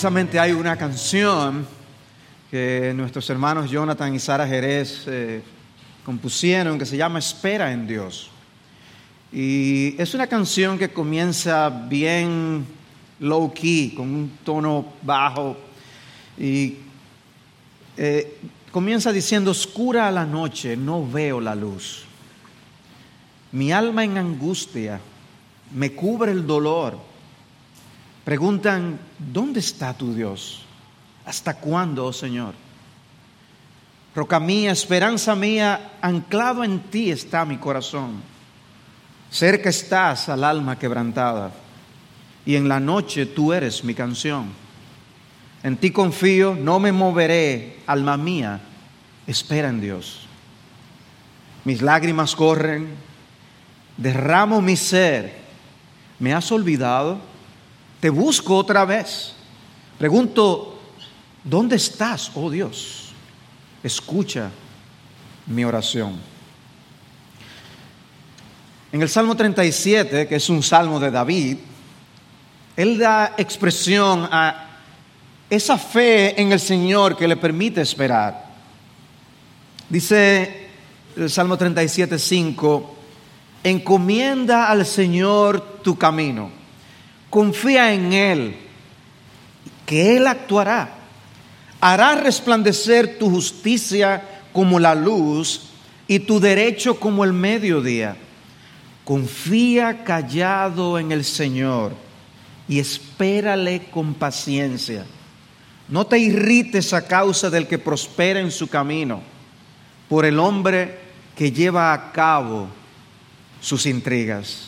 Precisamente hay una canción que nuestros hermanos Jonathan y Sara Jerez compusieron que se llama Espera en Dios. Y es una canción que comienza bien low key, con un tono bajo, y comienza diciendo: oscura la noche, no veo la luz. Mi alma en angustia, me cubre el dolor. Preguntan: ¿dónde está tu Dios? ¿Hasta cuándo, oh Señor? Roca mía, esperanza mía, anclado en ti está mi corazón. Cerca estás al alma quebrantada, y en la noche tú eres mi canción. En ti confío, no me moveré, alma mía, espera en Dios. Mis lágrimas corren, derramo mi ser. ¿Me has olvidado? Te busco otra vez. Pregunto: ¿dónde estás, oh Dios? Escucha mi oración. En el Salmo 37, que es un salmo de David, él da expresión a esa fe en el Señor que le permite esperar. Dice el Salmo 37:5: encomienda al Señor tu camino, confía en Él, que Él actuará. Hará resplandecer tu justicia como la luz y tu derecho como el mediodía. Confía callado en el Señor y espérale con paciencia. No te irrites a causa del que prospera en su camino, por el hombre que lleva a cabo sus intrigas.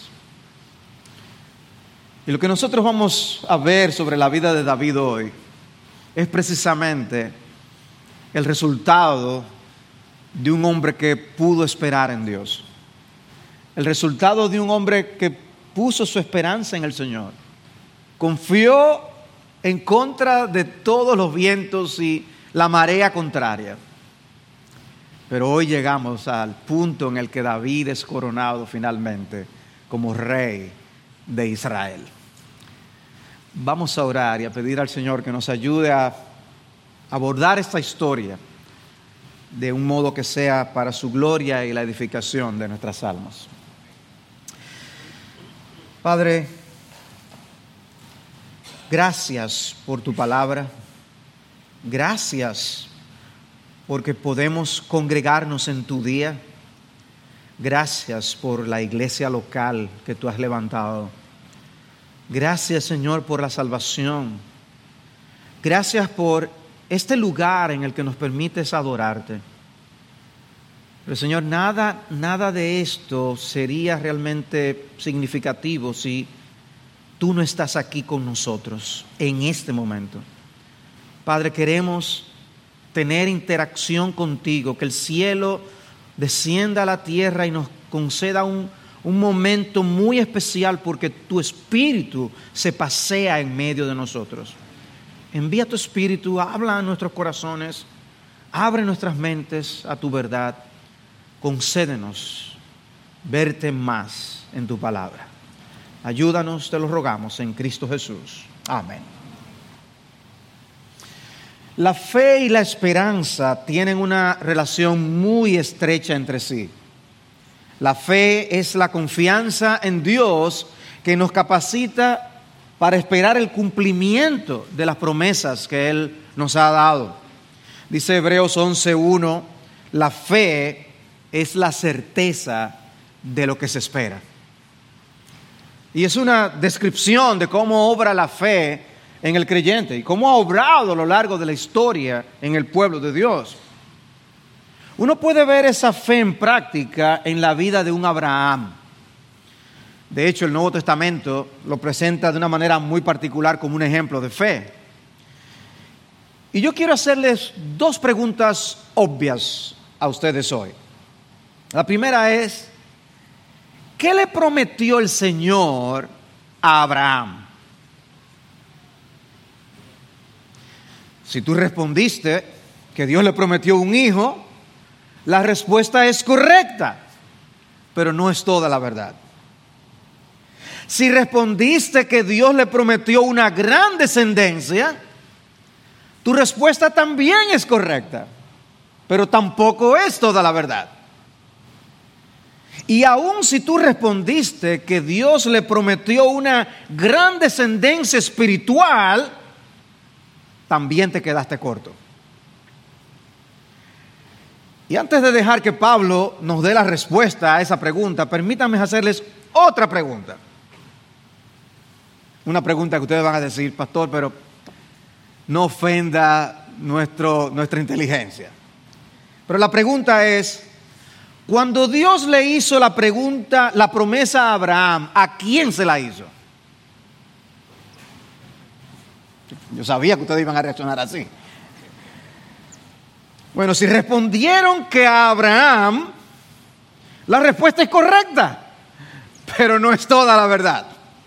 Y lo que nosotros vamos a ver sobre la vida de David hoy es precisamente el resultado de un hombre que pudo esperar en Dios. El resultado de un hombre que puso su esperanza en el Señor. Confió en contra de todos los vientos y la marea contraria. Pero hoy llegamos al punto en el que David es coronado finalmente como rey de Israel. Vamos a orar y a pedir al Señor que nos ayude a abordar esta historia de un modo que sea para su gloria y la edificación de nuestras almas. Padre, gracias por tu palabra. Gracias porque podemos congregarnos en tu día. Gracias por la iglesia local que tú has levantado. Gracias, Señor, por la salvación. Gracias por este lugar en el que nos permites adorarte. Pero, Señor, nada de esto sería realmente significativo si tú no estás aquí con nosotros en este momento. Padre, queremos tener interacción contigo, que el cielo descienda a la tierra y nos conceda un momento muy especial porque tu Espíritu se pasea en medio de nosotros. Envía tu Espíritu, habla a nuestros corazones, abre nuestras mentes a tu verdad. Concédenos verte más en tu palabra. Ayúdanos, te lo rogamos, en Cristo Jesús. Amén. La fe y la esperanza tienen una relación muy estrecha entre sí. La fe es la confianza en Dios que nos capacita para esperar el cumplimiento de las promesas que Él nos ha dado. Dice Hebreos 11:1, la fe es la certeza de lo que se espera. Y es una descripción de cómo obra la fe en el creyente y cómo ha obrado a lo largo de la historia en el pueblo de Dios. Uno puede ver esa fe en práctica en la vida de un Abraham. De hecho, el Nuevo Testamento lo presenta de una manera muy particular como un ejemplo de fe. Y yo quiero hacerles dos preguntas obvias a ustedes hoy. La primera es: ¿qué le prometió el Señor a Abraham? Si tú respondiste que Dios le prometió un hijo, la respuesta es correcta, pero no es toda la verdad. Si respondiste que Dios le prometió una gran descendencia, tu respuesta también es correcta, pero tampoco es toda la verdad. Y aun si tú respondiste que Dios le prometió una gran descendencia espiritual, también te quedaste corto. Y antes de dejar que Pablo nos dé la respuesta a esa pregunta, permítanme hacerles otra pregunta. Una pregunta que ustedes van a decir, pastor, pero no ofenda nuestra inteligencia. Pero la pregunta es, cuando Dios le hizo la promesa a Abraham, ¿a quién se la hizo? Yo sabía que ustedes iban a reaccionar así. Bueno, si respondieron que a Abraham, la respuesta es correcta, pero no es toda la verdad.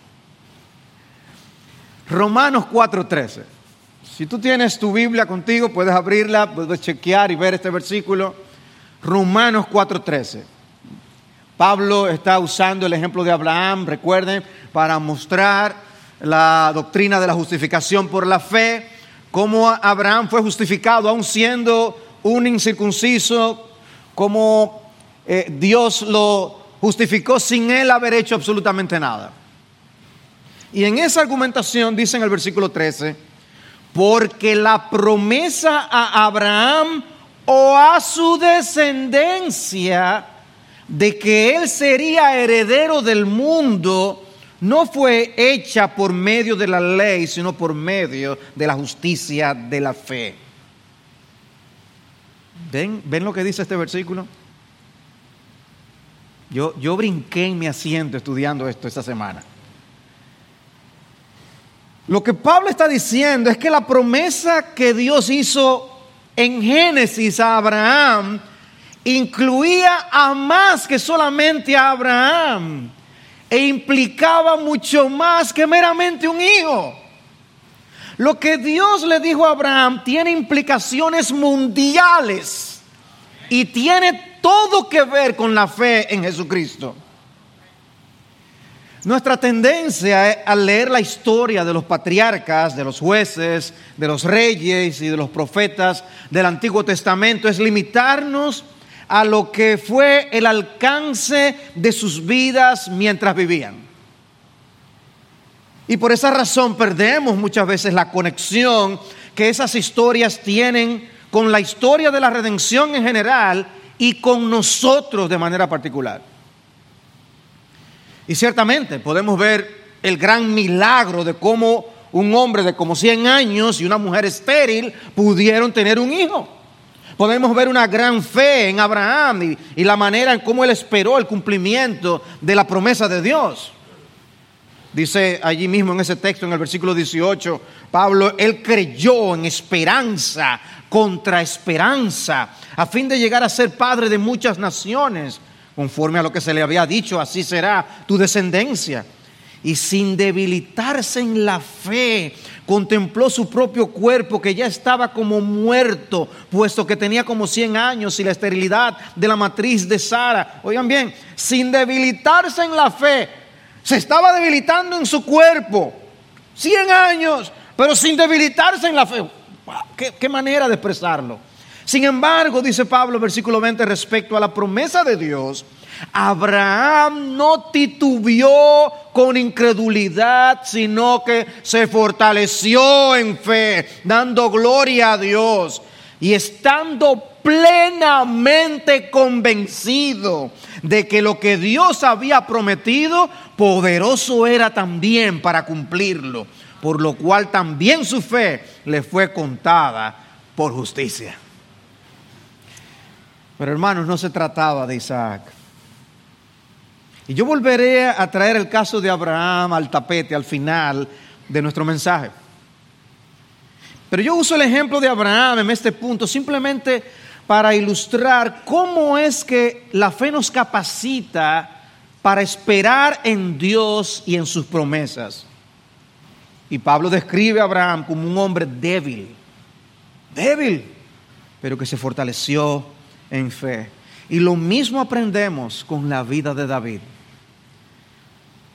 Romanos 4:13. Si tú tienes tu Biblia contigo, puedes abrirla, puedes chequear y ver este versículo. Romanos 4:13. Pablo está usando el ejemplo de Abraham, recuerden, para mostrar la doctrina de la justificación por la fe, cómo Abraham fue justificado aun siendo un incircunciso, como Dios lo justificó sin él haber hecho absolutamente nada. Y en esa argumentación dice en el versículo 13, porque la promesa a Abraham o a su descendencia de que él sería heredero del mundo no fue hecha por medio de la ley, sino por medio de la justicia de la fe. ¿Ven lo que dice este versículo? Yo brinqué en mi asiento estudiando esto esta semana. Lo que Pablo está diciendo es que la promesa que Dios hizo en Génesis a Abraham incluía a más que solamente a Abraham e implicaba mucho más que meramente un hijo. Lo que Dios le dijo a Abraham tiene implicaciones mundiales y tiene todo que ver con la fe en Jesucristo. Nuestra tendencia al leer la historia de los patriarcas, de los jueces, de los reyes y de los profetas del Antiguo Testamento es limitarnos a lo que fue el alcance de sus vidas mientras vivían. Y por esa razón perdemos muchas veces la conexión que esas historias tienen con la historia de la redención en general y con nosotros de manera particular. Y ciertamente podemos ver el gran milagro de cómo un hombre de como 100 años y una mujer estéril pudieron tener un hijo. Podemos ver una gran fe en Abraham y la manera en cómo él esperó el cumplimiento de la promesa de Dios. Dice allí mismo en ese texto, en el versículo 18, Pablo, él creyó en esperanza contra esperanza, a fin de llegar a ser padre de muchas naciones. Conforme a lo que se le había dicho, así será tu descendencia. Y sin debilitarse en la fe, contempló su propio cuerpo que ya estaba como muerto, puesto que tenía como 100 años y la esterilidad de la matriz de Sara. Oigan bien, sin debilitarse en la fe, se estaba debilitando en su cuerpo, 100 años, pero sin debilitarse en la fe. ¿Qué manera de expresarlo? Sin embargo, dice Pablo, versículo 20, respecto a la promesa de Dios, Abraham no titubeó con incredulidad, sino que se fortaleció en fe, dando gloria a Dios y estando plenamente convencido de que lo que Dios había prometido, poderoso era también para cumplirlo, por lo cual también su fe le fue contada por justicia. Pero hermanos, no se trataba de Isaac. Y yo volveré a traer el caso de Abraham al tapete al final de nuestro mensaje. Pero yo uso el ejemplo de Abraham en este punto simplemente para ilustrar cómo es que la fe nos capacita para esperar en Dios y en sus promesas. Y Pablo describe a Abraham como un hombre débil, pero que se fortaleció en fe. Y lo mismo aprendemos con la vida de David.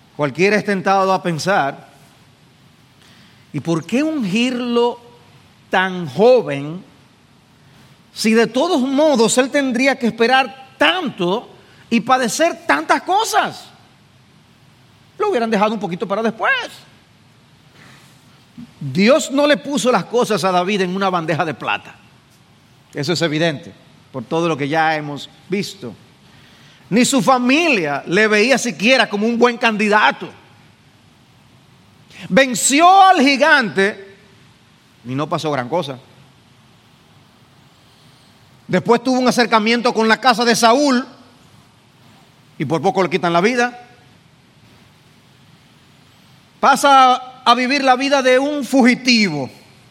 Cualquiera es tentado a pensar, ¿y por qué ungirlo tan joven, si de todos modos él tendría que esperar tanto y padecer tantas cosas? Lo hubieran dejado un poquito para después. Dios no le puso las cosas a David en una bandeja de plata. Eso es evidente por todo lo que ya hemos visto. Ni su familia le veía siquiera como un buen candidato. Venció al gigante y no pasó gran cosa. Después tuvo un acercamiento con la casa de Saúl y por poco le quitan la vida. Pasa a vivir la vida de un fugitivo,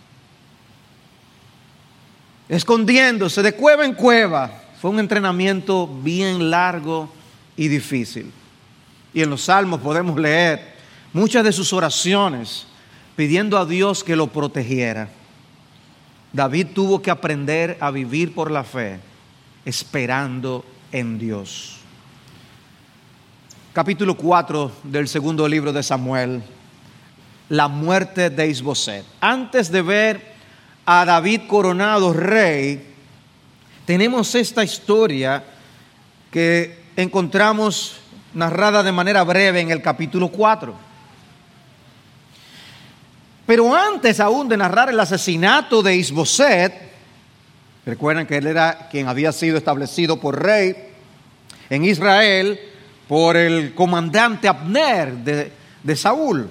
escondiéndose de cueva en cueva. Fue un entrenamiento bien largo y difícil. Y en los Salmos podemos leer muchas de sus oraciones pidiendo a Dios que lo protegiera. David tuvo que aprender a vivir por la fe, esperando en Dios. Capítulo 4 del segundo libro de Samuel. La muerte de Isboset. Antes de ver a David coronado rey, tenemos esta historia que encontramos narrada de manera breve en el capítulo 4. Pero antes aún de narrar el asesinato de Isboset, recuerden que él era quien había sido establecido por rey en Israel por el comandante Abner de Saúl.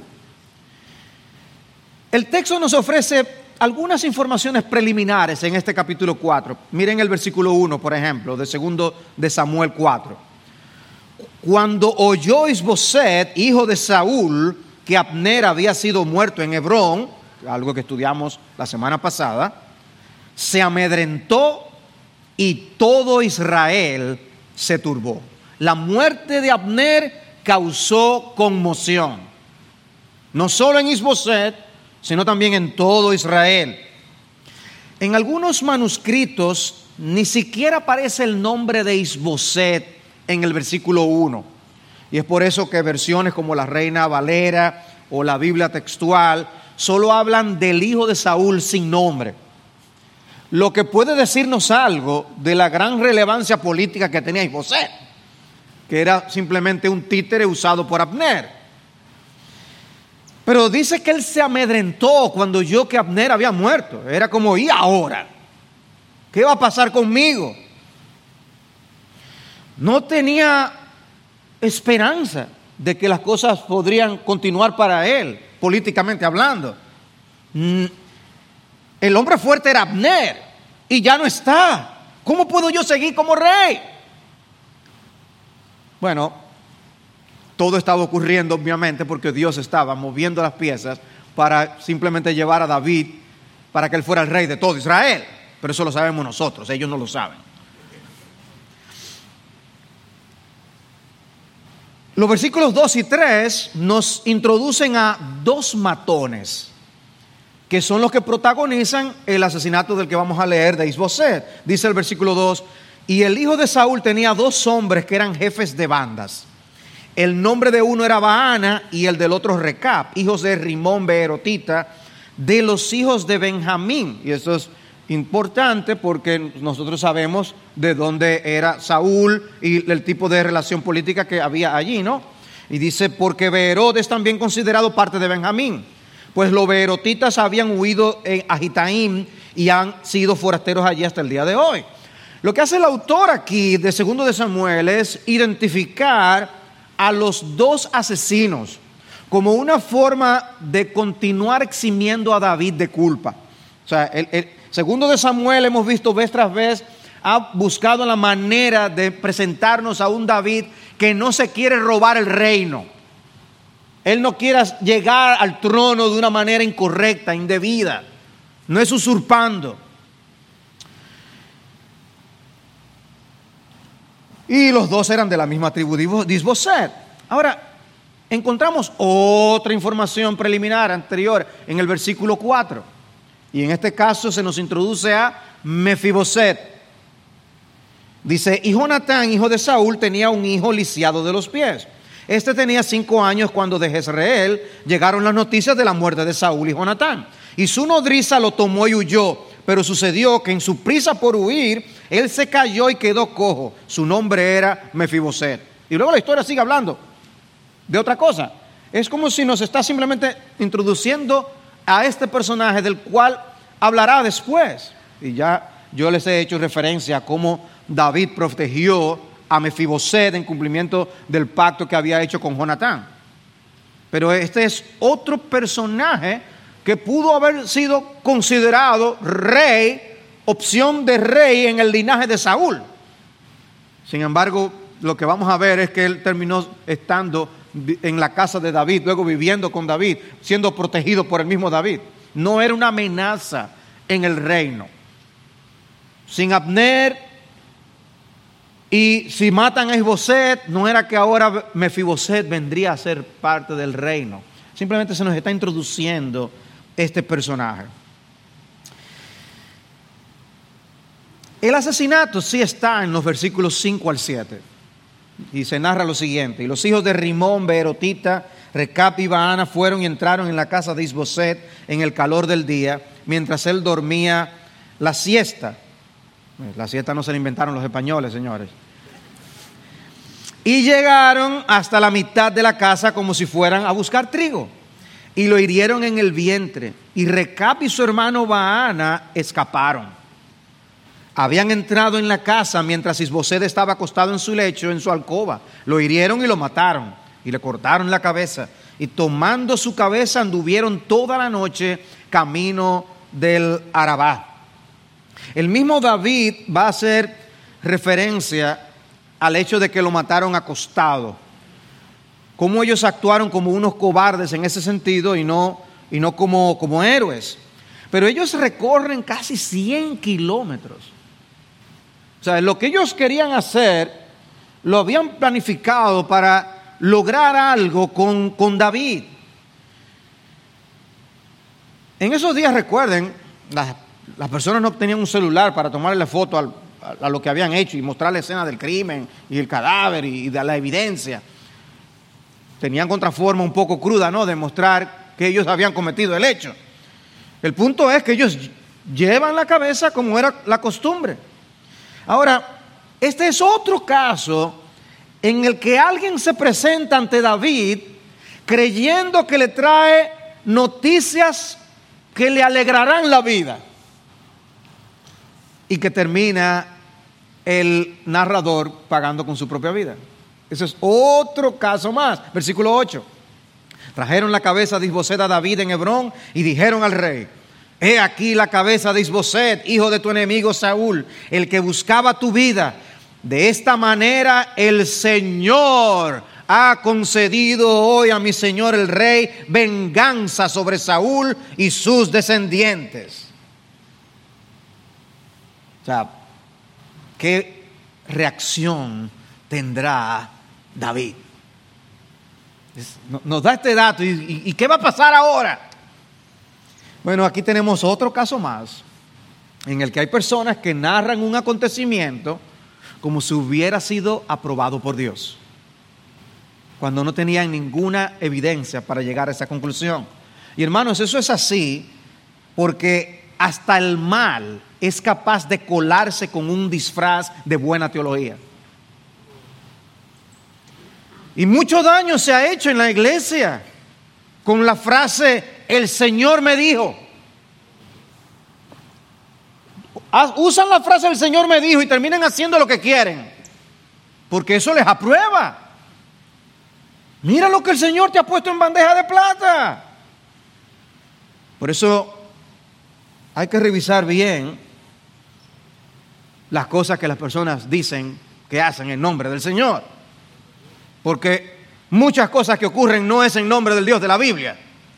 El texto nos ofrece algunas informaciones preliminares en este capítulo 4. Miren el versículo 1, por ejemplo, de segundo de Samuel 4. Cuando oyó Isboset, hijo de Saúl, que Abner había sido muerto en Hebrón, algo que estudiamos la semana pasada, se amedrentó y todo Israel se turbó. La muerte de Abner causó conmoción, no solo en Isboset, sino también en todo Israel. En algunos manuscritos ni siquiera aparece el nombre de Isboset en el versículo 1. Y es por eso que versiones como la Reina Valera o la Biblia textual solo hablan del hijo de Saúl sin nombre. Lo que puede decirnos algo de la gran relevancia política que tenía Isboset, que era simplemente un títere usado por Abner. Pero dice que él se amedrentó cuando oyó que Abner había muerto. Era como, ¿y ahora? ¿Qué va a pasar conmigo? No tenía esperanza de que las cosas podrían continuar para él, políticamente hablando. El hombre fuerte era Abner y ya no está. ¿Cómo puedo yo seguir como rey? Bueno, todo estaba ocurriendo obviamente porque Dios estaba moviendo las piezas para simplemente llevar a David para que él fuera el rey de todo Israel. Pero eso lo sabemos nosotros, ellos no lo saben. Los versículos 2 y 3 nos introducen a dos matones, que son los que protagonizan el asesinato del que vamos a leer de Isboset. Dice el versículo 2, y el hijo de Saúl tenía dos hombres que eran jefes de bandas. El nombre de uno era Baana y el del otro Recab, hijos de Rimón Beerotita, de los hijos de Benjamín. Y esto es importante porque nosotros sabemos de dónde era Saúl y el tipo de relación política que había allí, ¿no? Y dice, porque Beerot es también considerado parte de Benjamín, pues los beerotitas habían huido a Gitaim y han sido forasteros allí hasta el día de hoy. Lo que hace el autor aquí de Segundo de Samuel es identificar a los dos asesinos como una forma de continuar eximiendo a David de culpa. O sea, el Segundo de Samuel, hemos visto vez tras vez, ha buscado la manera de presentarnos a un David que no se quiere robar el reino. Él no quiere llegar al trono de una manera incorrecta, indebida. No es usurpando. Y los dos eran de la misma tribu de Isboset. Ahora, encontramos otra información preliminar anterior en el versículo 4. Y en este caso se nos introduce a Mefiboset. Dice, y Jonatán, hijo de Saúl, tenía un hijo lisiado de los pies. Este tenía 5 años cuando de Jezreel llegaron las noticias de la muerte de Saúl y Jonatán. y su nodriza lo tomó y huyó. Pero sucedió que en su prisa por huir, él se cayó y quedó cojo. Su nombre era Mefiboset. Y luego la historia sigue hablando de otra cosa. Es como si nos está simplemente introduciendo a este personaje del cual hablará después. Y ya yo les he hecho referencia a cómo David protegió a Mefiboset en cumplimiento del pacto que había hecho con Jonatán. Pero este es otro personaje que pudo haber sido considerado rey, opción de rey en el linaje de Saúl. Sin embargo, lo que vamos a ver es que él terminó estando en la casa de David, luego viviendo con David, siendo protegido por el mismo David. No era una amenaza en el reino. Sin Abner, y si matan a Isboset, no era que ahora Mefiboset vendría a ser parte del reino. Simplemente se nos está introduciendo este personaje. El asesinato sí está en los versículos 5 al 7. Y se narra lo siguiente: y los hijos de Rimón, Beerotita, Recab y Baana fueron y entraron en la casa de Isboset en el calor del día, mientras él dormía la siesta. La siesta no se la inventaron los españoles, señores. Y llegaron hasta la mitad de la casa como si fueran a buscar trigo. Y lo hirieron en el vientre. Y Recab y su hermano Baana escaparon. Habían entrado en la casa mientras Isboset estaba acostado en su lecho, en su alcoba. Lo hirieron y lo mataron. Y le cortaron la cabeza. Y tomando su cabeza anduvieron toda la noche camino del Arabá. El mismo David va a hacer referencia al hecho de que lo mataron acostado. Cómo ellos actuaron como unos cobardes en ese sentido y no como héroes. Pero ellos recorren casi 100 kilómetros. O sea, lo que ellos querían hacer, lo habían planificado para lograr algo con David. En esos días, recuerden, las personas no tenían un celular para tomarle foto a lo que habían hecho y mostrar la escena del crimen y el cadáver y de la evidencia. Tenían contraforma un poco cruda, ¿no?, de mostrar que ellos habían cometido el hecho. El punto es que ellos llevan la cabeza como era la costumbre. Ahora, este es otro caso en el que alguien se presenta ante David creyendo que le trae noticias que le alegrarán la vida, y que termina el narrador pagando con su propia vida. Ese es otro caso más. Versículo 8. Trajeron la cabeza de Isboset a David en Hebrón y dijeron al rey: he aquí la cabeza de Isboset, hijo de tu enemigo Saúl, el que buscaba tu vida. De esta manera el Señor ha concedido hoy a mi señor el rey venganza sobre Saúl y sus descendientes. O sea, ¿qué reacción tendrá David? Nos da este dato. ¿Y qué va a pasar ahora? Bueno, aquí tenemos otro caso más en el que hay personas que narran un acontecimiento como si hubiera sido aprobado por Dios, cuando no tenían ninguna evidencia para llegar a esa conclusión. Y hermanos, eso es así porque hasta el mal es capaz de colarse con un disfraz de buena teología. Y mucho daño se ha hecho en la iglesia con la frase: el Señor me dijo. Usan la frase "el Señor me dijo" y terminan haciendo lo que quieren, porque eso les aprueba. Mira lo que el Señor te ha puesto en bandeja de plata. Por eso hay que revisar bien las cosas que las personas dicen que hacen en nombre del Señor, porque muchas cosas que ocurren no es en nombre del Dios de la Biblia.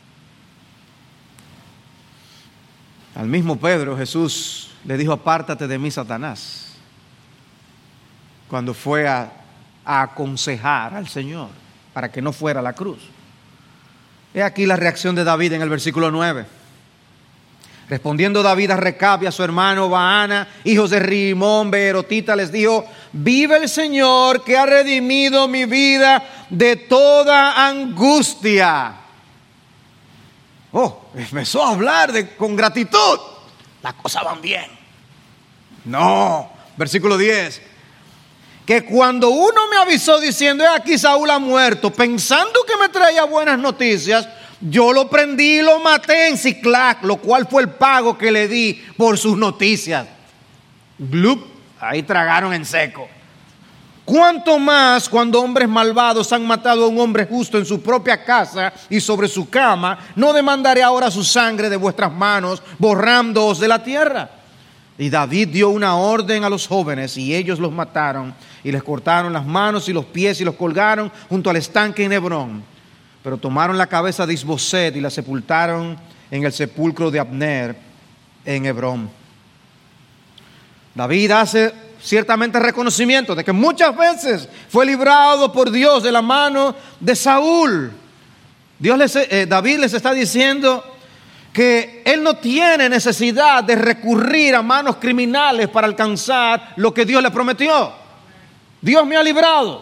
Al mismo Pedro Jesús le dijo: apártate de mí, Satanás, cuando fue a aconsejar al Señor para que no fuera a la cruz. He aquí la reacción de David en el versículo 9. Respondiendo David a Recab y a su hermano Baana, hijos de Rimón, Beerotita, les dijo: vive el Señor, que ha redimido mi vida de toda angustia. empezó a hablar con gratitud. Las cosas van bien. No, versículo 10. Que cuando uno me avisó diciendo: he aquí Saúl ha muerto, pensando que me traía buenas noticias, yo lo prendí y lo maté en Siclac, lo cual fue el pago que le di por sus noticias. Glup, ahí tragaron en seco. Cuanto más cuando hombres malvados han matado a un hombre justo en su propia casa y sobre su cama, no demandaré ahora su sangre de vuestras manos, borrándoos de la tierra. Y David dio una orden a los jóvenes, y ellos los mataron, y les cortaron las manos y los pies, y los colgaron junto al estanque en Hebrón. Pero tomaron la cabeza de Isboset y la sepultaron en el sepulcro de Abner en Hebrón. David hace ciertamente reconocimiento de que muchas veces fue librado por Dios de la mano de Saúl. David les está diciendo que él no tiene necesidad de recurrir a manos criminales para alcanzar lo que Dios le prometió. Dios me ha librado.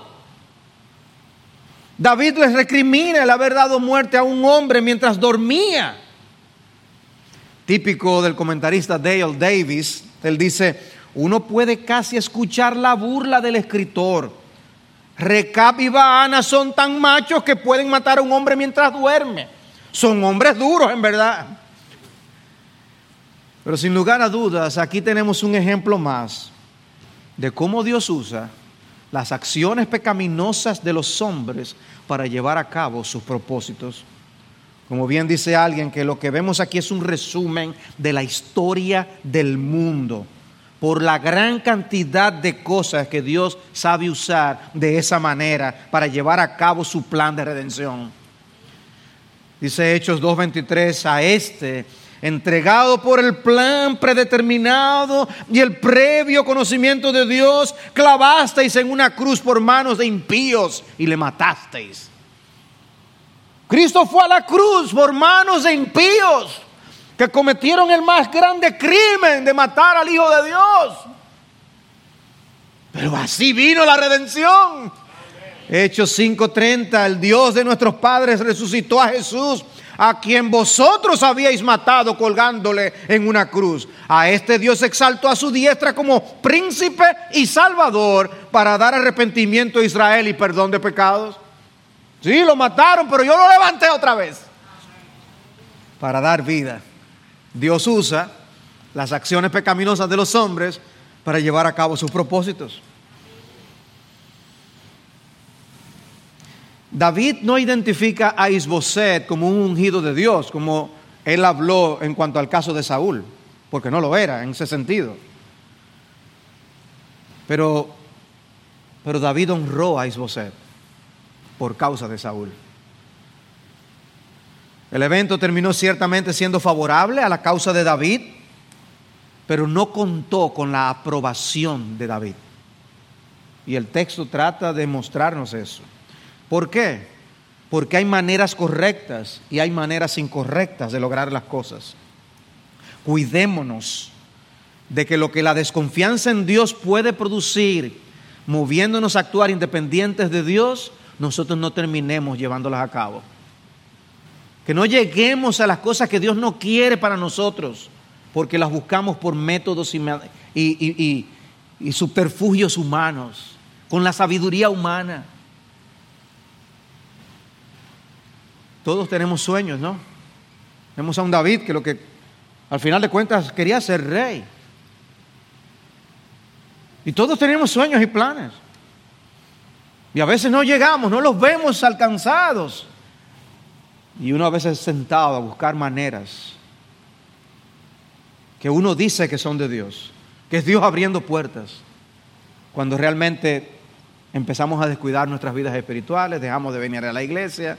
David les recrimina el haber dado muerte a un hombre mientras dormía. Típico del comentarista Dale Davis, él dice: uno puede casi escuchar la burla del escritor. Recab y Baana son tan machos que pueden matar a un hombre mientras duerme. Son hombres duros, en verdad. Pero sin lugar a dudas, aquí tenemos un ejemplo más de cómo Dios usa las acciones pecaminosas de los hombres para llevar a cabo sus propósitos. Como bien dice alguien, que lo que vemos aquí es un resumen de la historia del mundo, por la gran cantidad de cosas que Dios sabe usar de esa manera para llevar a cabo su plan de redención. Dice Hechos 2:23: a entregado por el plan predeterminado y el previo conocimiento de Dios, clavasteis en una cruz por manos de impíos y le matasteis. Cristo fue a la cruz por manos de impíos que cometieron el más grande crimen de matar al Hijo de Dios. Pero así vino la redención. Hechos 5:30: el Dios de nuestros padres resucitó a Jesús, a quien vosotros habíais matado colgándole en una cruz. A este Dios exaltó a su diestra como príncipe y salvador, para dar arrepentimiento a Israel y perdón de pecados. Sí, lo mataron, pero yo lo levanté otra vez para dar vida. Dios usa las acciones pecaminosas de los hombres para llevar a cabo sus propósitos. David no identifica a Isboset como un ungido de Dios, como él habló en cuanto al caso de Saúl, porque no lo era en ese sentido. Pero David honró a Isboset por causa de Saúl. El evento terminó ciertamente siendo favorable a la causa de David, pero no contó con la aprobación de David. Y el texto trata de mostrarnos eso. ¿Por qué? Porque hay maneras correctas y hay maneras incorrectas de lograr las cosas. Cuidémonos de que lo que la desconfianza en Dios puede producir, moviéndonos a actuar independientes de Dios, nosotros no terminemos llevándolas a cabo. Que no lleguemos a las cosas que Dios no quiere para nosotros, porque las buscamos por métodos y subterfugios humanos, con la sabiduría humana. Todos tenemos sueños, ¿no? Vemos a un David que lo que al final de cuentas quería ser rey. Y todos tenemos sueños y planes. Y a veces no llegamos, no los vemos alcanzados. Y uno a veces sentado a buscar maneras que uno dice que son de Dios, que es Dios abriendo puertas, cuando realmente empezamos a descuidar nuestras vidas espirituales, dejamos de venir a la iglesia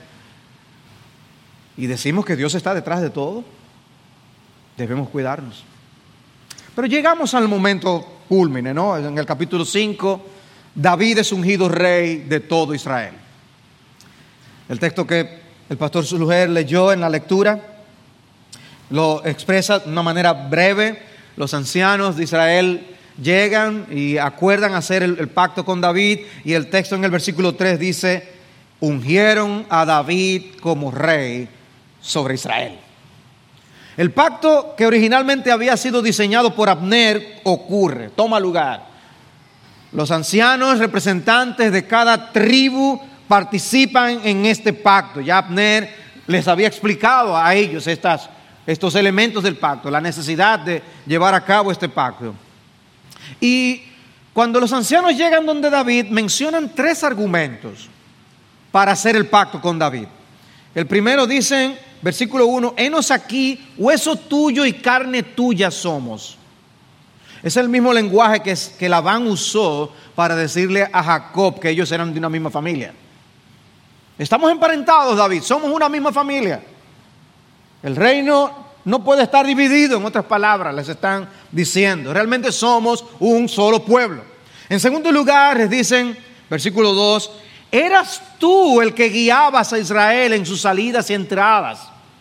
y decimos que Dios está detrás de todo. Debemos cuidarnos. Pero llegamos al momento cúlmine, ¿no? En el capítulo 5, David es ungido rey de todo Israel. El texto que el pastor Sulujer leyó en la lectura lo expresa de una manera breve. Los ancianos de Israel llegan y acuerdan hacer el pacto con David, y el texto en el versículo 3 dice: ungieron a David como rey sobre Israel. El pacto que originalmente había sido diseñado por Abner ocurre, toma lugar. Los ancianos representantes de cada tribu participan en este pacto. Ya Abner les había explicado a ellos estos elementos del pacto, la necesidad de llevar a cabo este pacto. Y cuando los ancianos llegan donde David, mencionan 3 argumentos para hacer el pacto con David. El primero dicen, versículo 1, henos aquí, hueso tuyo y carne tuya somos. Es el mismo lenguaje que Labán usó para decirle a Jacob que ellos eran de una misma familia. Estamos emparentados, David, somos una misma familia. El reino no puede estar dividido, en otras palabras, les están diciendo. Realmente somos un solo pueblo. En segundo lugar, les dicen, versículo 2, eras tú el que guiabas a Israel en sus salidas y entradas.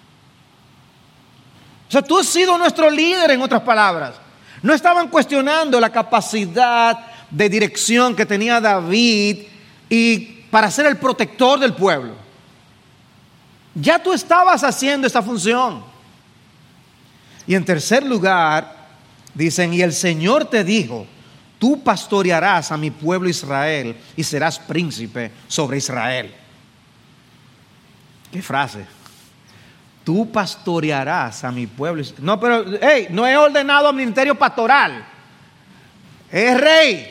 O sea, tú has sido nuestro líder, en otras palabras. No estaban cuestionando la capacidad de dirección que tenía David y para ser el protector del pueblo. Ya tú estabas haciendo esta función. Y en tercer lugar, dicen, y el Señor te dijo, tú pastorearás a mi pueblo Israel y serás príncipe sobre Israel. ¿Qué frase? Tú pastorearás a mi pueblo. No, pero, no he ordenado ministerio pastoral. Es rey.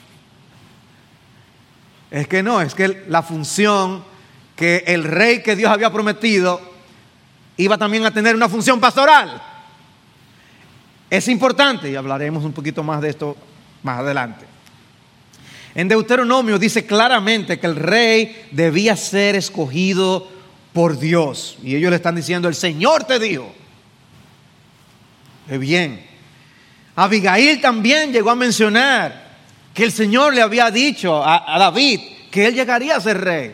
Es que no, es que la función que el rey que Dios había prometido iba también a tener una función pastoral. Es importante y hablaremos un poquito más de esto más adelante. En Deuteronomio dice claramente que el rey debía ser escogido por Dios. Y ellos le están diciendo, el Señor te dijo. Qué bien. Abigail también llegó a mencionar que el Señor le había dicho a David que él llegaría a ser rey.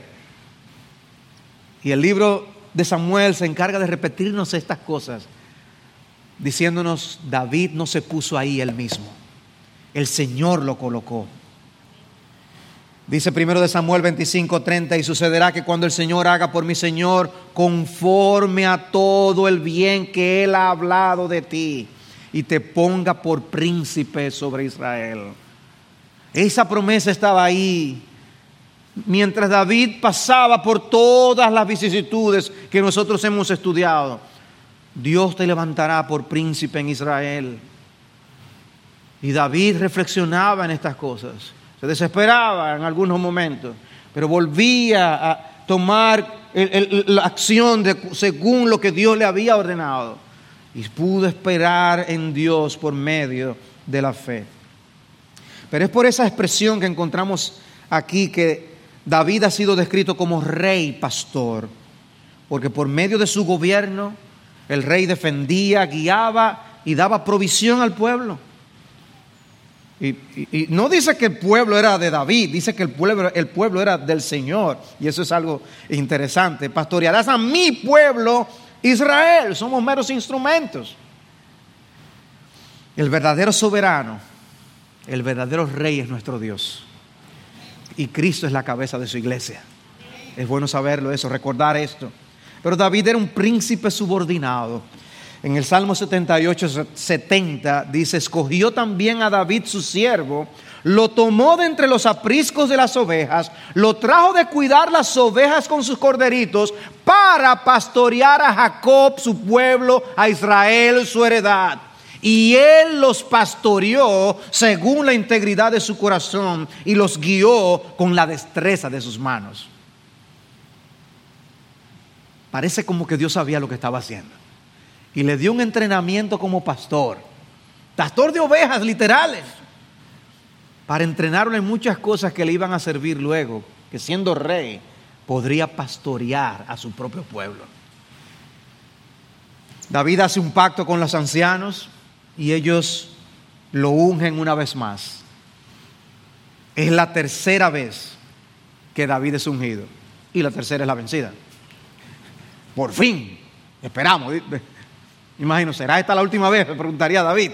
Y el libro de Samuel se encarga de repetirnos estas cosas, diciéndonos, David no se puso ahí él mismo. El Señor lo colocó. Dice primero de Samuel 25:30, y sucederá que cuando el Señor haga por mi Señor conforme a todo el bien que Él ha hablado de ti y te ponga por príncipe sobre Israel. Esa promesa estaba ahí. Mientras David pasaba por todas las vicisitudes que nosotros hemos estudiado, Dios te levantará por príncipe en Israel. Y David reflexionaba en estas cosas. Se desesperaba en algunos momentos, pero volvía a tomar la acción según lo que Dios le había ordenado. Y pudo esperar en Dios por medio de la fe. Pero es por esa expresión que encontramos aquí que David ha sido descrito como rey pastor. Porque por medio de su gobierno, el rey defendía, guiaba y daba provisión al pueblo. Y no dice que el pueblo era de David, dice que el pueblo era del Señor. Y eso es algo interesante. Pastorearás a mi pueblo Israel. Somos meros instrumentos. El verdadero soberano, el verdadero rey es nuestro Dios. Y Cristo es la cabeza de su iglesia. Es bueno saberlo eso, recordar esto. Pero David era un príncipe subordinado. En el Salmo 78:70 dice, escogió también a David su siervo, lo tomó de entre los apriscos de las ovejas, lo trajo de cuidar las ovejas con sus corderitos para pastorear a Jacob su pueblo, a Israel su heredad. Y él los pastoreó según la integridad de su corazón y los guió con la destreza de sus manos. Parece como que Dios sabía lo que estaba haciendo. Y le dio un entrenamiento como pastor de ovejas literales, para entrenarlo en muchas cosas que le iban a servir luego, que siendo rey podría pastorear a su propio pueblo. David hace un pacto con los ancianos y ellos lo ungen una vez más. Es la tercera vez que David es ungido y la tercera es la vencida. Por fin, esperamos. Imagino, ¿será esta la última vez? Me preguntaría David.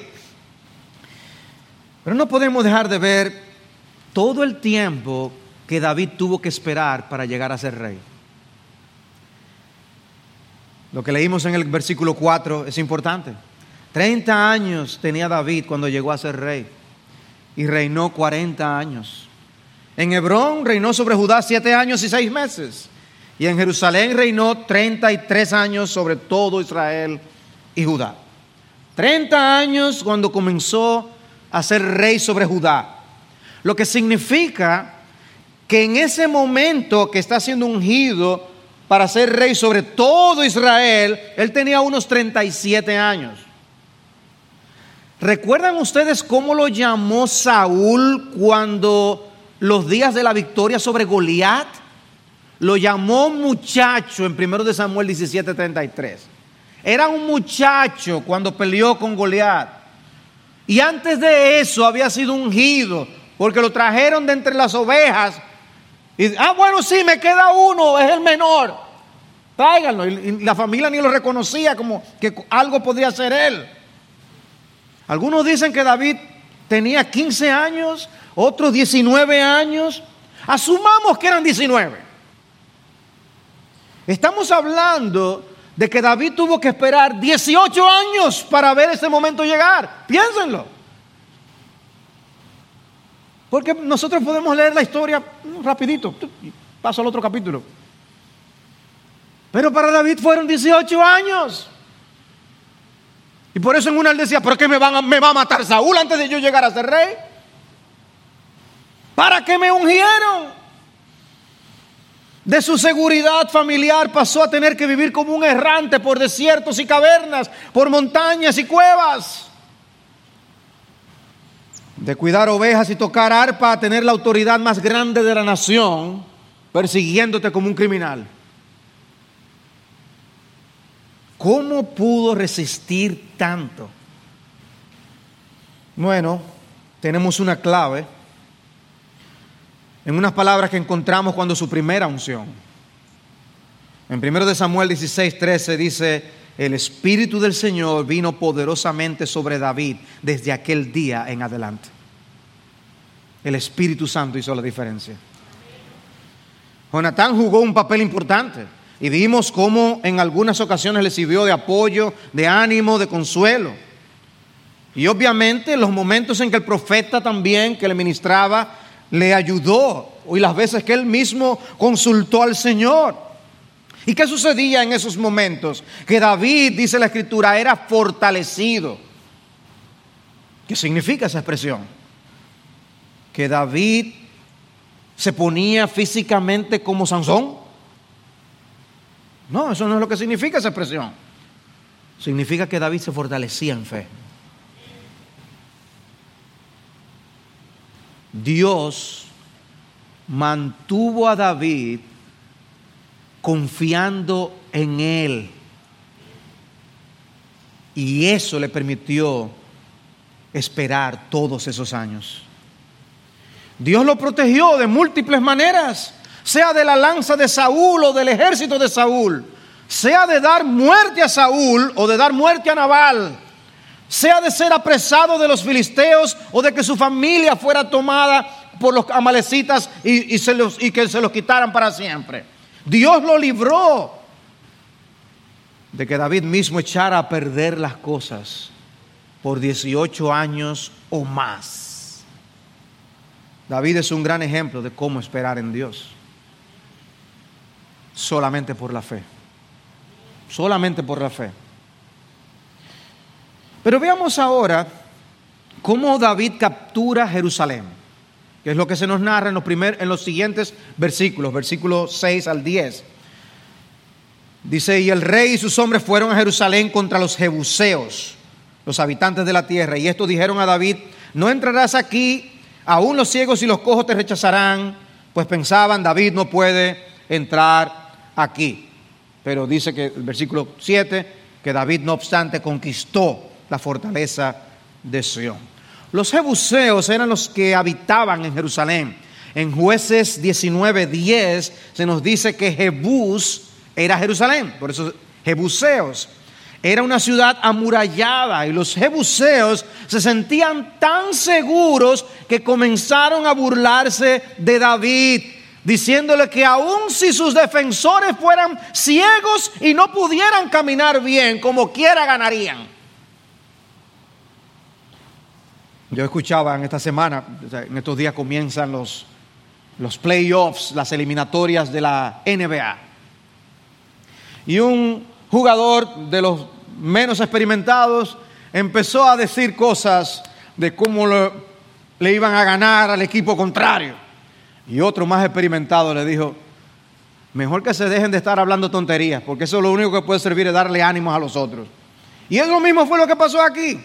Pero no podemos dejar de ver todo el tiempo que David tuvo que esperar para llegar a ser rey. Lo que leímos en el versículo 4 es importante. 30 años tenía David cuando llegó a ser rey y reinó 40 años. En Hebrón reinó sobre Judá 7 años y 6 meses. Y en Jerusalén reinó 33 años sobre todo Israel y Judá. 30 años cuando comenzó a ser rey sobre Judá. Lo que significa que en ese momento que está siendo ungido para ser rey sobre todo Israel, él tenía unos 37 años. ¿Recuerdan ustedes cómo lo llamó Saúl cuando los días de la victoria sobre Goliat? Lo llamó muchacho en 1 Samuel 17:33. Era un muchacho cuando peleó con Goliat. Y antes de eso había sido ungido, porque lo trajeron de entre las ovejas. Y, bueno, sí, me queda uno, es el menor. Tráiganlo. Y la familia ni lo reconocía como que algo podría ser él. Algunos dicen que David tenía 15 años, otros 19 años. Asumamos que eran 19. Estamos hablando de que David tuvo que esperar 18 años para ver ese momento llegar. Piénsenlo. Porque nosotros podemos leer la historia rapidito. Paso al otro capítulo. Pero para David fueron 18 años. Y por eso en una él decía, ¿pero qué me va a matar Saúl antes de yo llegar a ser rey? ¿Para qué me ungieron? De su seguridad familiar pasó a tener que vivir como un errante por desiertos y cavernas, por montañas y cuevas. De cuidar ovejas y tocar arpa a tener la autoridad más grande de la nación, persiguiéndote como un criminal. ¿Cómo pudo resistir tanto? Bueno, tenemos una clave en unas palabras que encontramos cuando su primera unción. En 1 Samuel 16:13 dice, el Espíritu del Señor vino poderosamente sobre David desde aquel día en adelante. El Espíritu Santo hizo la diferencia. Jonatán jugó un papel importante y vimos cómo en algunas ocasiones le sirvió de apoyo, de ánimo, de consuelo. Y obviamente los momentos en que el profeta también que le ministraba le ayudó, y las veces que él mismo consultó al Señor. ¿Y qué sucedía en esos momentos? Que David, dice la Escritura, era fortalecido. ¿Qué significa esa expresión? Que David se ponía físicamente como Sansón. No, eso no es lo que significa esa expresión. Significa que David se fortalecía en fe. Dios mantuvo a David confiando en él. Y eso le permitió esperar todos esos años. Dios lo protegió de múltiples maneras, sea de la lanza de Saúl o del ejército de Saúl, sea de dar muerte a Saúl o de dar muerte a Nabal, sea de ser apresado de los filisteos o de que su familia fuera tomada por los amalecitas y que se los quitaran para siempre. Dios lo libró de que David mismo echara a perder las cosas por 18 años o más. David es un gran ejemplo de cómo esperar en Dios. Solamente por la fe. Solamente por la fe. Pero veamos ahora cómo David captura Jerusalén, que es lo que se nos narra en los siguientes versículos, versículos 6 al 10. Dice, y el rey y sus hombres fueron a Jerusalén contra los jebuseos, los habitantes de la tierra, y estos dijeron a David, no entrarás aquí, aún los ciegos y los cojos te rechazarán, pues pensaban, David no puede entrar aquí. Pero dice que el versículo 7, que David no obstante conquistó la fortaleza de Sión. Los jebuseos eran los que habitaban en Jerusalén. En Jueces 19:10 se nos dice que Jebús era Jerusalén, por eso jebuseos. Era una ciudad amurallada y los jebuseos se sentían tan seguros que comenzaron a burlarse de David. diciéndole que aun si sus defensores fueran ciegos y no pudieran caminar bien, como quiera ganarían. Yo escuchaba en esta semana, en estos días comienzan los playoffs, las eliminatorias de la NBA. Y un jugador de los menos experimentados empezó a decir cosas de cómo le iban a ganar al equipo contrario. Y otro más experimentado le dijo: mejor que se dejen de estar hablando tonterías, porque eso es lo único que puede servir es darle ánimos a los otros. Y es lo mismo fue lo que pasó aquí.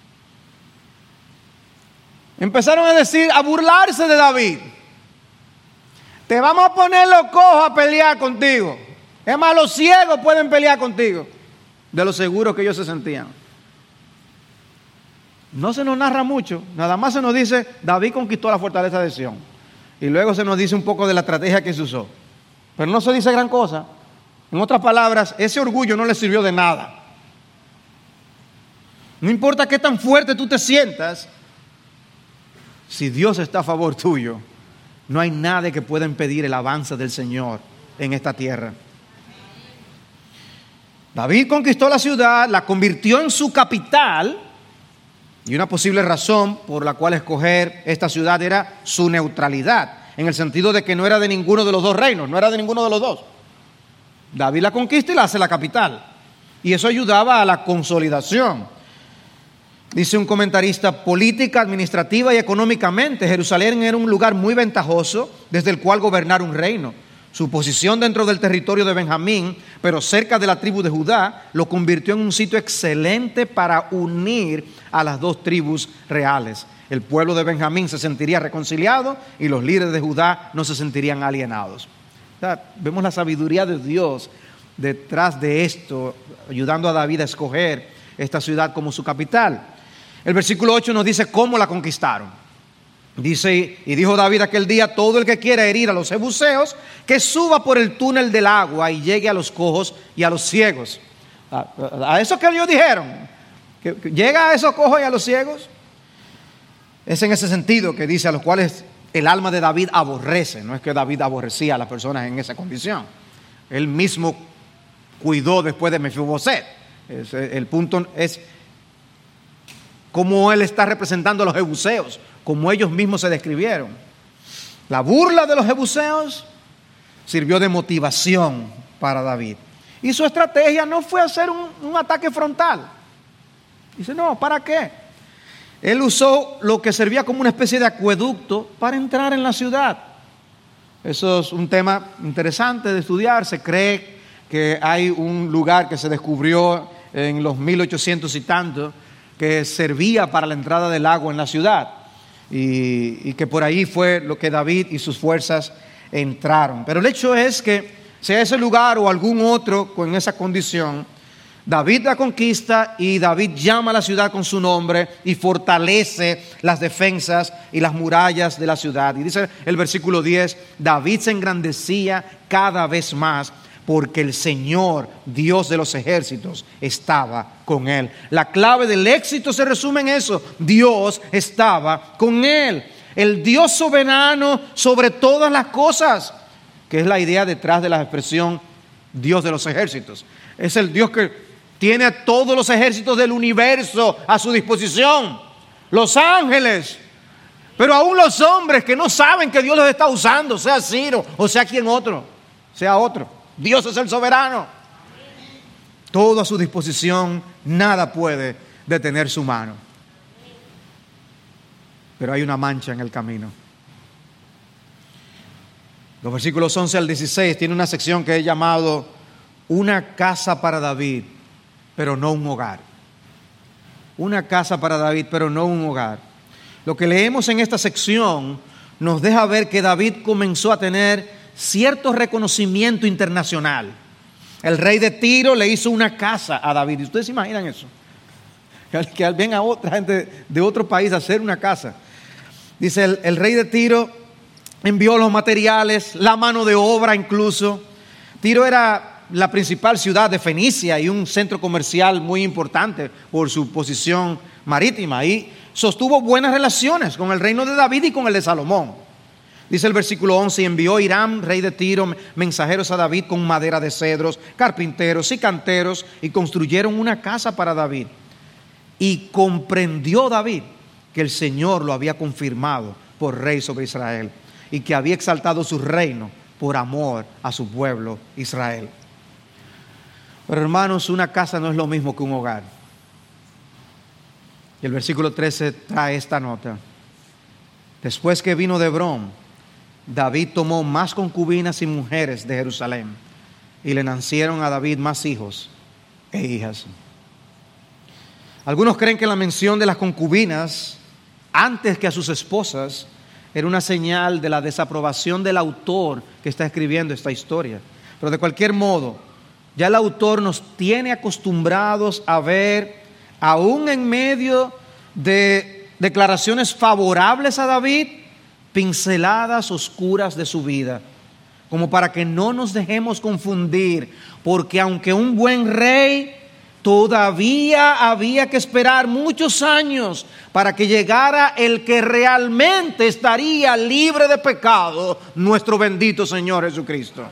Empezaron a decir, a burlarse de David. Te vamos a poner los cojos a pelear contigo. Es más, los ciegos pueden pelear contigo. De lo seguros que ellos se sentían. No se nos narra mucho, nada más se nos dice, David conquistó la fortaleza de Sión. Y luego se nos dice un poco de la estrategia que se usó. Pero no se dice gran cosa. En otras palabras, ese orgullo no le sirvió de nada. No importa qué tan fuerte tú te sientas, si Dios está a favor tuyo, no hay nada que pueda impedir el avance del Señor en esta tierra. David conquistó la ciudad, la convirtió en su capital, y una posible razón por la cual escoger esta ciudad era su neutralidad, en el sentido de que no era de ninguno de los dos reinos, no era de ninguno de los dos. David la conquista y la hace la capital, y eso ayudaba a la consolidación. Dice un comentarista, política, administrativa y económicamente, Jerusalén era un lugar muy ventajoso desde el cual gobernar un reino. Su posición dentro del territorio de Benjamín, pero cerca de la tribu de Judá, lo convirtió en un sitio excelente para unir a las dos tribus reales. El pueblo de Benjamín se sentiría reconciliado y los líderes de Judá no se sentirían alienados. O sea, vemos la sabiduría de Dios detrás de esto, ayudando a David a escoger esta ciudad como su capital. El versículo 8 nos dice cómo la conquistaron. Dice, y dijo David aquel día, todo el que quiera herir a los jebuseos, que suba por el túnel del agua y llegue a los cojos y a los ciegos. A eso que ellos dijeron, que llega a esos cojos y a los ciegos. Es en ese sentido que dice a los cuales el alma de David aborrece. No es que David aborrecía a las personas en esa condición. Él mismo cuidó después de Mefiboset. El punto es cómo él está representando a los jebuseos, como ellos mismos se describieron. La burla de los jebuseos sirvió de motivación para David. Y su estrategia no fue hacer un ataque frontal. Dice, no, ¿para qué? Él usó lo que servía como una especie de acueducto para entrar en la ciudad. Eso es un tema interesante de estudiar. Se cree que hay un lugar que se descubrió en los 1800 y tanto, que servía para la entrada del agua en la ciudad, y que por ahí fue lo que David y sus fuerzas entraron. Pero el hecho es que sea ese lugar o algún otro con esa condición, David la conquista y David llama a la ciudad con su nombre y fortalece las defensas y las murallas de la ciudad. Y dice el versículo 10, David se engrandecía cada vez más porque el Señor, Dios de los ejércitos, estaba con él. La clave del éxito se resume en eso: Dios estaba con él. El Dios soberano sobre todas las cosas, que es la idea detrás de la expresión Dios de los ejércitos. Es el Dios que tiene a todos los ejércitos del universo a su disposición. Los ángeles, pero aún los hombres que no saben que Dios los está usando, sea Ciro o sea quien otro, sea otro. Dios es el soberano. Todo a su disposición, nada puede detener su mano. Pero hay una mancha en el camino. Los versículos 11 al 16 tiene una sección que he llamado una casa para David, pero no un hogar. Una casa para David, pero no un hogar. Lo que leemos en esta sección nos deja ver que David comenzó a tener cierto reconocimiento internacional. El rey de Tiro le hizo una casa a David. ¿Y ustedes se imaginan eso? Que venga otra gente de otro país a hacer una casa. Dice el rey de Tiro envió los materiales, la mano de obra incluso. Tiro era la principal ciudad de Fenicia y un centro comercial muy importante por su posición marítima. Y sostuvo buenas relaciones con el reino de David y con el de Salomón. Dice el versículo 11: y envió Hiram, rey de Tiro, mensajeros a David con madera de cedros, carpinteros y canteros, y construyeron una casa para David. Y comprendió David que el Señor lo había confirmado por rey sobre Israel, y que había exaltado su reino por amor a su pueblo Israel. Pero hermanos, una casa no es lo mismo que un hogar. Y el versículo 13 trae esta nota: después que vino de Hebrón, David tomó más concubinas y mujeres de Jerusalén, y le nacieron a David más hijos e hijas. Algunos creen que la mención de las concubinas antes que a sus esposas era una señal de la desaprobación del autor que está escribiendo esta historia. Pero de cualquier modo, ya el autor nos tiene acostumbrados a ver, aún en medio de declaraciones favorables a David, pinceladas oscuras de su vida, como para que no nos dejemos confundir, porque aunque un buen rey, todavía había que esperar muchos años para que llegara el que realmente estaría libre de pecado, nuestro bendito Señor Jesucristo.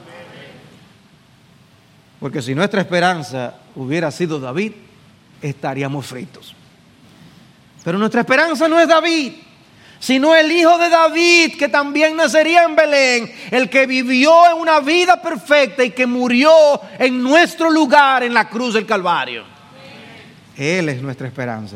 Porque si nuestra esperanza hubiera sido David, estaríamos fritos. Pero nuestra esperanza no es David, sino el hijo de David, que también nacería en Belén, el que vivió en una vida perfecta y que murió en nuestro lugar en la cruz del Calvario. Él es nuestra esperanza.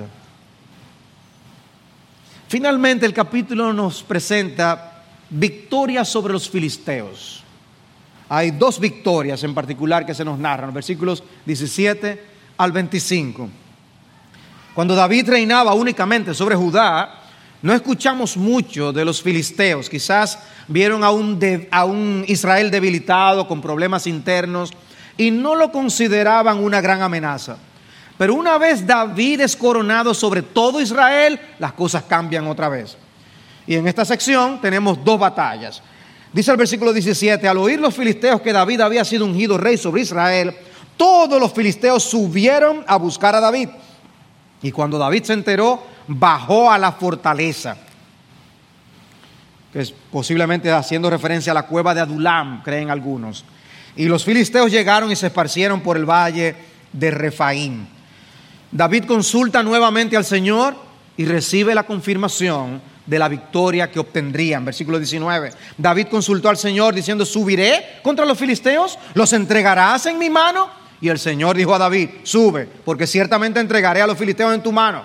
Finalmente, el capítulo nos presenta victorias sobre los filisteos. Hay dos victorias en particular que se nos narran, versículos 17 al 25. Cuando David reinaba únicamente sobre Judá, no escuchamos mucho de los filisteos. Quizás vieron a un Israel debilitado, con problemas internos, y no lo consideraban una gran amenaza. Pero una vez David es coronado sobre todo Israel, las cosas cambian otra vez. Y en esta sección tenemos dos batallas. Dice el versículo 17: al oír los filisteos que David había sido ungido rey sobre Israel, todos los filisteos subieron a buscar a David. Y cuando David se enteró, bajó a la fortaleza, que es posiblemente haciendo referencia a la cueva de Adulam, creen algunos. Y los filisteos llegaron y se esparcieron por el valle de Refaim. David consulta nuevamente al Señor y recibe la confirmación de la victoria que obtendrían. Versículo 19. David consultó al Señor diciendo: ¿subiré contra los filisteos? ¿Los entregarás en mi mano? Y el Señor dijo a David: sube, porque ciertamente entregaré a los filisteos en tu mano.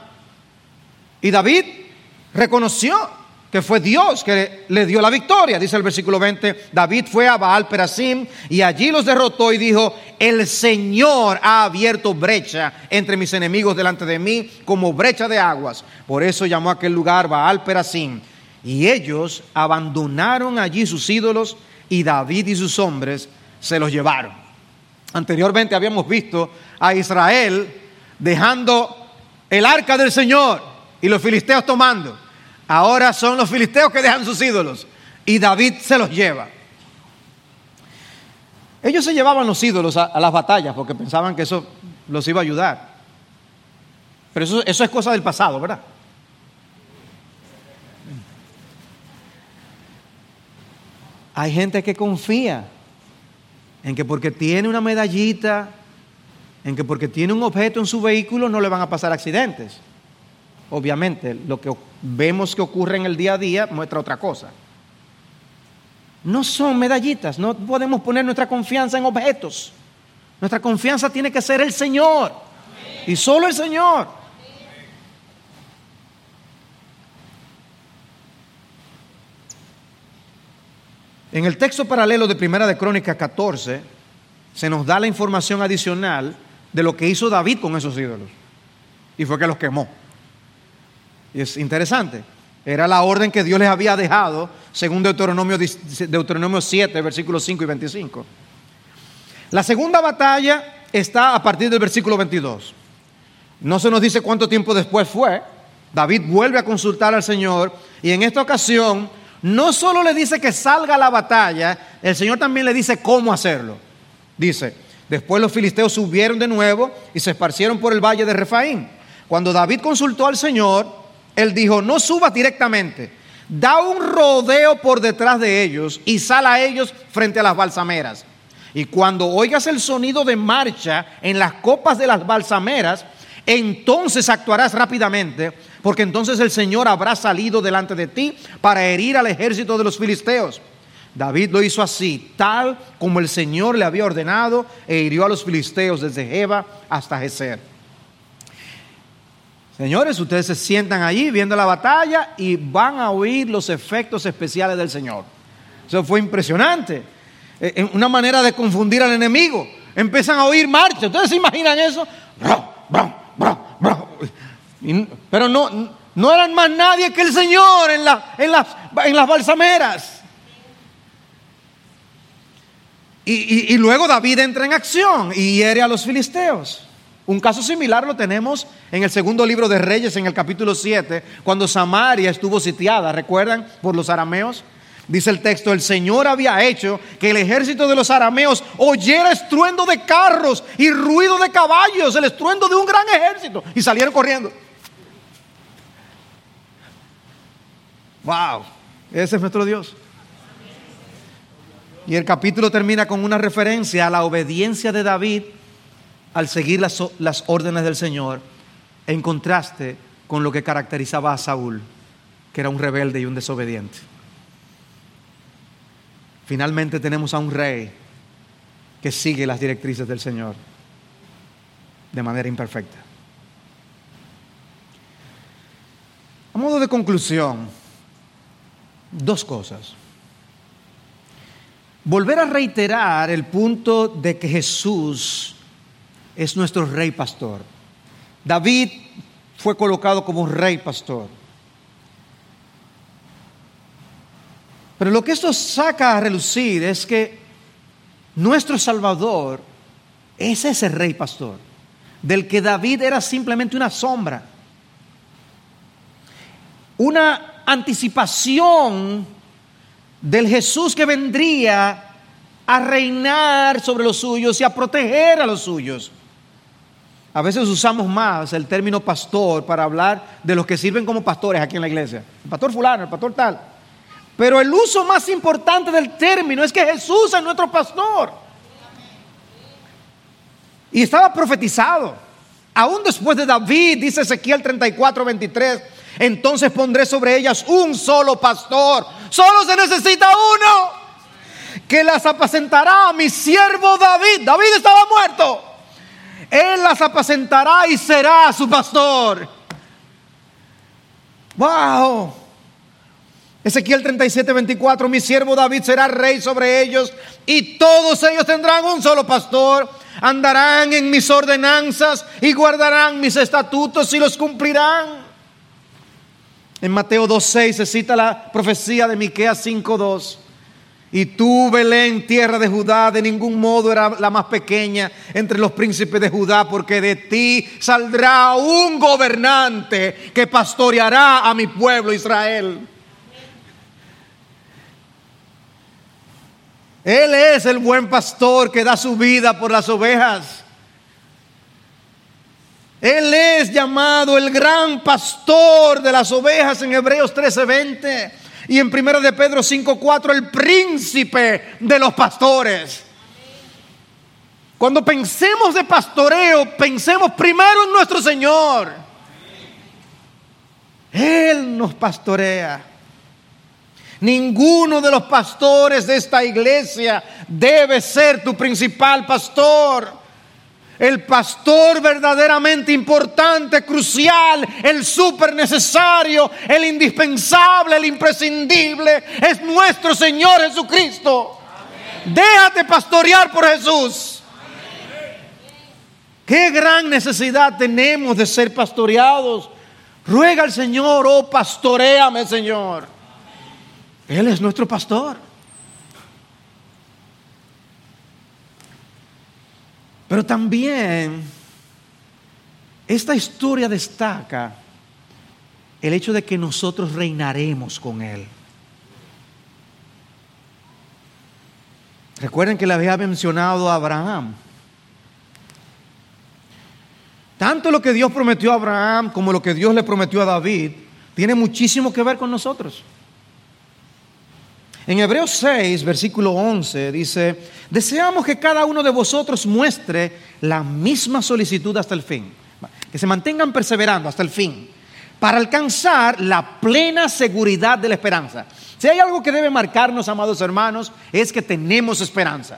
Y David reconoció que fue Dios que le dio la victoria. Dice el versículo 20: David fue a Baal Perasim y allí los derrotó y dijo: el Señor ha abierto brecha entre mis enemigos delante de mí, como brecha de aguas. Por eso llamó a aquel lugar Baal Perasim. Y ellos abandonaron allí sus ídolos, y David y sus hombres se los llevaron. Anteriormente habíamos visto a Israel dejando el arca del Señor y los filisteos tomando. Ahora son los filisteos que dejan sus ídolos y David se los lleva. Ellos se llevaban los ídolos a las batallas porque pensaban que eso los iba a ayudar. Pero eso es cosa del pasado, ¿verdad? Hay gente que confía en que porque tiene una medallita, en que porque tiene un objeto en su vehículo no le van a pasar accidentes. Obviamente, lo que vemos que ocurre en el día a día muestra otra cosa. No son medallitas, no podemos poner nuestra confianza en objetos. Nuestra confianza tiene que ser el Señor. Y solo el Señor. En el texto paralelo de Primera de Crónicas 14 se nos da la información adicional de lo que hizo David con esos ídolos. Y fue que los quemó. Y es interesante. Era la orden que Dios les había dejado según Deuteronomio 7, versículos 5 y 25. La segunda batalla está a partir del versículo 22. No se nos dice cuánto tiempo después fue. David vuelve a consultar al Señor y en esta ocasión no solo le dice que salga a la batalla, el Señor también le dice cómo hacerlo. Dice: después los filisteos subieron de nuevo y se esparcieron por el valle de Refaim. Cuando David consultó al Señor, él dijo: no subas directamente, da un rodeo por detrás de ellos y sale a ellos frente a las balsameras. Y cuando oigas el sonido de marcha en las copas de las balsameras, entonces actuarás rápidamente, porque entonces el Señor habrá salido delante de ti para herir al ejército de los filisteos. David lo hizo así, tal como el Señor le había ordenado, e hirió a los filisteos desde Geba hasta Geser. Señores, ustedes se sientan allí viendo la batalla y van a oír los efectos especiales del Señor. Eso fue impresionante. Una manera de confundir al enemigo. Empiezan a oír marcha. ¿Ustedes se imaginan eso? Pero no eran más nadie que el Señor en las balsameras. Y luego David entra en acción y hiere a los filisteos. Un caso similar lo tenemos en el segundo libro de Reyes, en el capítulo 7, cuando Samaria estuvo sitiada, ¿recuerdan? Por los arameos. Dice el texto: el Señor había hecho que el ejército de los arameos oyera estruendo de carros y ruido de caballos, el estruendo de un gran ejército, y salieron corriendo. ¡Wow! Ese es nuestro Dios. Y el capítulo termina con una referencia a la obediencia de David al seguir las órdenes del Señor, en contraste con lo que caracterizaba a Saúl, que era un rebelde y un desobediente. Finalmente tenemos a un rey que sigue las directrices del Señor de manera imperfecta. A modo de conclusión, dos cosas. Volver a reiterar el punto de que Jesús es nuestro rey pastor. David fue colocado como rey pastor. Pero lo que esto saca a relucir es que nuestro Salvador es ese rey pastor, del que David era simplemente una sombra, una anticipación del Jesús que vendría a reinar sobre los suyos y a proteger a los suyos. A veces usamos más el término pastor para hablar de los que sirven como pastores aquí en la iglesia. El pastor fulano, el pastor tal. Pero el uso más importante del término es que Jesús es nuestro pastor. Y estaba profetizado. Aún después de David, dice Ezequiel 34:23, entonces pondré sobre ellas un solo pastor. Solo se necesita uno, que las apacentará, mi siervo David. David estaba muerto. Él las apacentará y será su pastor. ¡Wow! Ezequiel 37:24, mi siervo David será rey sobre ellos, y todos ellos tendrán un solo pastor. Andarán en mis ordenanzas y guardarán mis estatutos y los cumplirán. En Mateo 2:6 se cita la profecía de Miqueas 5:2. Y tú, Belén, tierra de Judá, de ningún modo era la más pequeña entre los príncipes de Judá, porque de ti saldrá un gobernante que pastoreará a mi pueblo Israel. Él es el buen pastor que da su vida por las ovejas. Él es llamado el gran pastor de las ovejas en Hebreos 13:20. Y en 1 de Pedro 5:4, el príncipe de los pastores. Cuando pensemos de pastoreo, pensemos primero en nuestro Señor. Él nos pastorea. Ninguno de los pastores de esta iglesia debe ser tu principal pastor. El pastor verdaderamente importante, crucial, el súper necesario, el indispensable, el imprescindible, es nuestro Señor Jesucristo. Amén. Déjate pastorear por Jesús. Amén. Qué gran necesidad tenemos de ser pastoreados. Ruega al Señor: oh, pastoréame, Señor. Amén. Él es nuestro pastor. Pero también esta historia destaca el hecho de que nosotros reinaremos con Él. Recuerden que le había mencionado a Abraham. Tanto lo que Dios prometió a Abraham como lo que Dios le prometió a David tiene muchísimo que ver con nosotros. En Hebreos 6, versículo 11, dice: deseamos que cada uno de vosotros muestre la misma solicitud hasta el fin, que se mantengan perseverando hasta el fin, para alcanzar la plena seguridad de la esperanza. Si hay algo que debe marcarnos, amados hermanos, es que tenemos esperanza.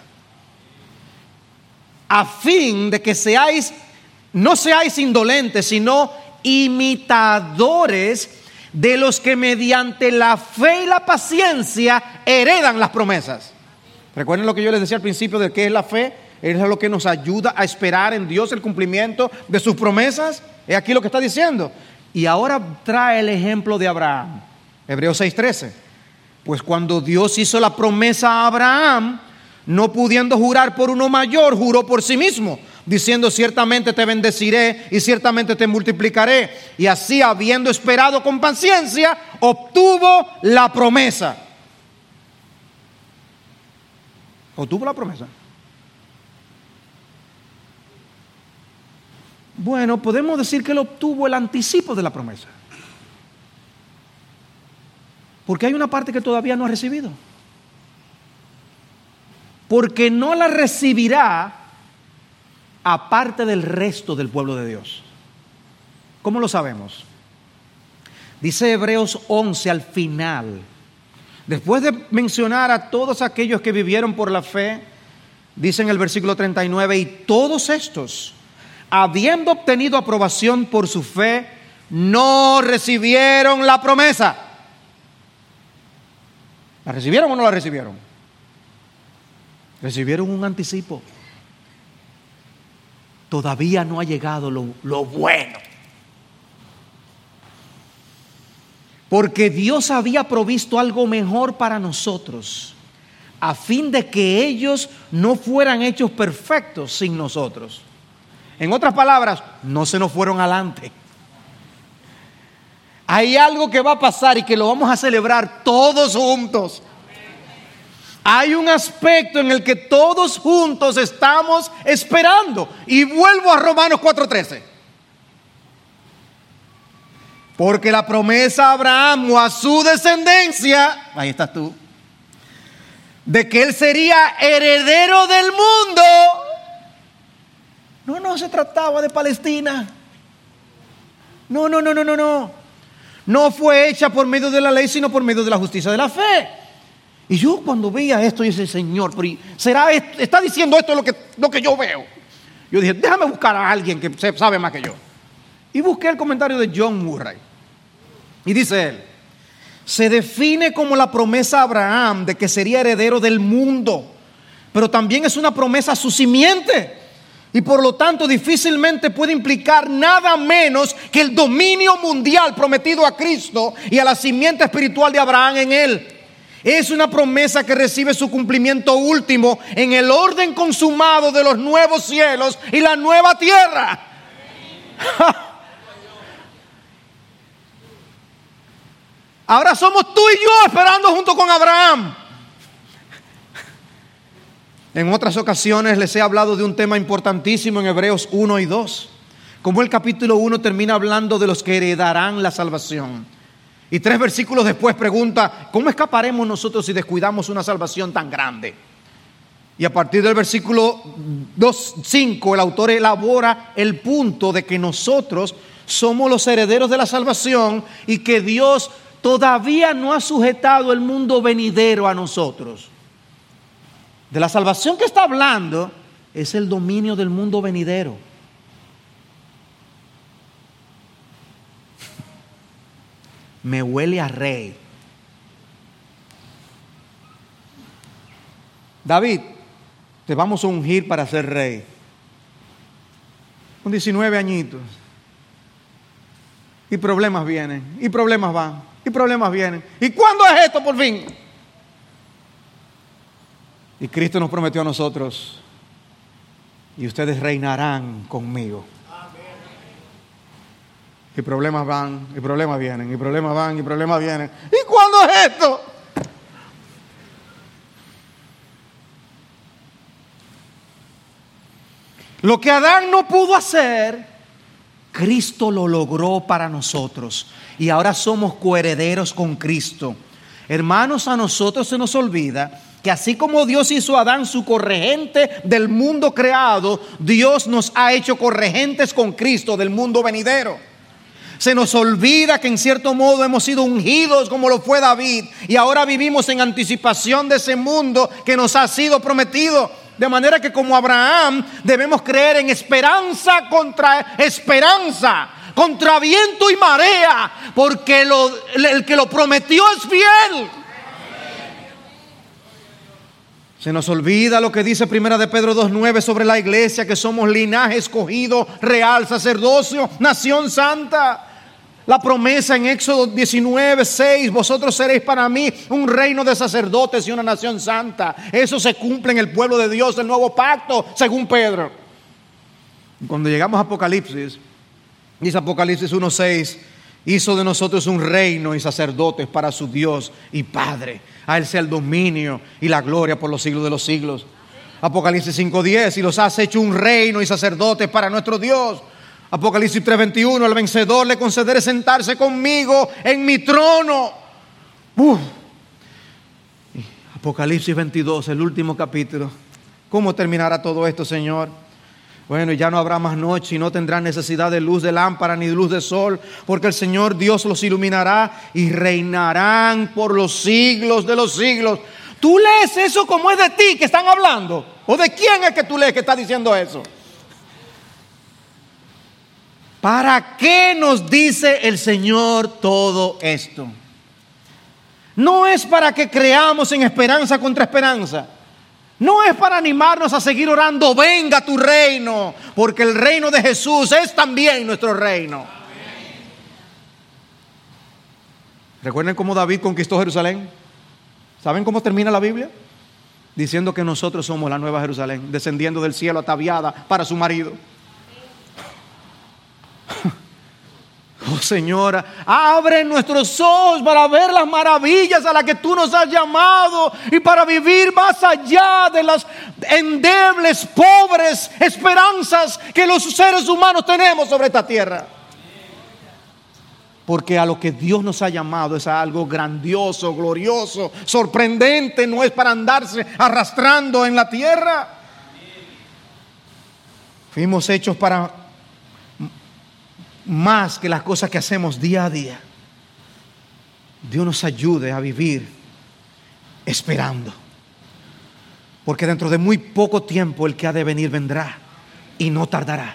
A fin de que no seáis indolentes, sino imitadores de los que mediante la fe y la paciencia heredan las promesas. Recuerden lo que yo les decía al principio de qué es la fe. Es lo que nos ayuda a esperar en Dios el cumplimiento de sus promesas. Es aquí lo que está diciendo. Y ahora trae el ejemplo de Abraham. Hebreos 6:13. Pues cuando Dios hizo la promesa a Abraham, no pudiendo jurar por uno mayor, juró por sí mismo, diciendo: ciertamente te bendeciré y ciertamente te multiplicaré. Y así, habiendo esperado con paciencia, obtuvo la promesa. Obtuvo la promesa. Bueno, podemos decir que él obtuvo el anticipo de la promesa, porque hay una parte que todavía no ha recibido, porque no la recibirá aparte del resto del pueblo de Dios. ¿Cómo lo sabemos? Dice Hebreos 11 al final, después de mencionar a todos aquellos que vivieron por la fe, dice en el versículo 39: y todos estos, habiendo obtenido aprobación por su fe, no recibieron la promesa. ¿La recibieron o no la recibieron? Recibieron un anticipo. Todavía no ha llegado lo bueno. Porque Dios había provisto algo mejor para nosotros, a fin de que ellos no fueran hechos perfectos sin nosotros. En otras palabras, no se nos fueron adelante. Hay algo que va a pasar y que lo vamos a celebrar todos juntos. Hay un aspecto en el que todos juntos estamos esperando. Y vuelvo a Romanos 4:13. Porque la promesa a Abraham o a su descendencia, ahí estás tú, de que él sería heredero del mundo, no se trataba de Palestina. No. No fue hecha por medio de la ley, sino por medio de la justicia de la fe. Y yo cuando veía esto, yo decía: Señor, pero ¿será esto? ¿Está diciendo esto lo que yo veo? Yo dije: déjame buscar a alguien que sabe más que yo. Y busqué el comentario de John Murray. Y dice él: se define como la promesa a Abraham de que sería heredero del mundo, pero también es una promesa a su simiente. Y por lo tanto difícilmente puede implicar nada menos que el dominio mundial prometido a Cristo y a la simiente espiritual de Abraham en él. Es una promesa que recibe su cumplimiento último en el orden consumado de los nuevos cielos y la nueva tierra. Ahora somos tú y yo esperando junto con Abraham. En otras ocasiones les he hablado de un tema importantísimo en Hebreos 1 y 2. Como el capítulo 1 termina hablando de los que heredarán la salvación. Y 3 versículos después pregunta: ¿cómo escaparemos nosotros si descuidamos una salvación tan grande? Y a partir del versículo 2:5 el autor elabora el punto de que nosotros somos los herederos de la salvación y que Dios todavía no ha sujetado el mundo venidero a nosotros. De la salvación que está hablando es el dominio del mundo venidero. Me huele a rey. David, te vamos a ungir para ser rey. Con 19 añitos. Y problemas vienen, y problemas van, y problemas vienen. ¿Y cuándo es esto por fin? Y Cristo nos prometió a nosotros: y ustedes reinarán conmigo. Y problemas van, y problemas vienen, y problemas van, y problemas vienen. ¿Y cuándo es esto? Lo que Adán no pudo hacer, Cristo lo logró para nosotros. Y ahora somos coherederos con Cristo. Hermanos, a nosotros se nos olvida que así como Dios hizo a Adán su corregente del mundo creado, Dios nos ha hecho corregentes con Cristo del mundo venidero. Se nos olvida que en cierto modo hemos sido ungidos como lo fue David, y ahora vivimos en anticipación de ese mundo que nos ha sido prometido. De manera que como Abraham debemos creer en esperanza contra esperanza, contra viento y marea, porque el que lo prometió es fiel. Se nos olvida lo que dice Primera de Pedro 2:9 sobre la iglesia, que somos linaje escogido, real sacerdocio, nación santa. La promesa en Éxodo 19:6, vosotros seréis para mí un reino de sacerdotes y una nación santa. Eso se cumple en el pueblo de Dios del nuevo pacto, según Pedro. Cuando llegamos a Apocalipsis, dice Apocalipsis 1:6, hizo de nosotros un reino y sacerdotes para su Dios y Padre. A Él sea el dominio y la gloria por los siglos de los siglos. Apocalipsis 5:10, y los has hecho un reino y sacerdotes para nuestro Dios. Apocalipsis 3:21, al vencedor le concederé sentarse conmigo en mi trono. Apocalipsis 22, el último capítulo. ¿Cómo terminará todo esto, Señor? Bueno, ya no habrá más noche y no tendrán necesidad de luz de lámpara ni de luz de sol, porque el Señor Dios los iluminará y reinarán por los siglos de los siglos. ¿Tú lees eso como es de ti que están hablando? ¿O de quién es que tú lees que está diciendo eso? ¿Para qué nos dice el Señor todo esto? No es para que creamos en esperanza contra esperanza. No es para animarnos a seguir orando, venga tu reino, porque el reino de Jesús es también nuestro reino. Amén. ¿Recuerden cómo David conquistó Jerusalén? ¿Saben cómo termina la Biblia? Diciendo que nosotros somos la nueva Jerusalén, descendiendo del cielo ataviada para su marido. Oh Señora, abre nuestros ojos para ver las maravillas a las que tú nos has llamado y para vivir más allá de las endebles, pobres esperanzas que los seres humanos tenemos sobre esta tierra. Porque a lo que Dios nos ha llamado es a algo grandioso, glorioso, sorprendente, no es para andarse arrastrando en la tierra. Fuimos hechos para más que las cosas que hacemos día a día. Dios nos ayude a vivir esperando, porque dentro de muy poco tiempo el que ha de venir vendrá y no tardará.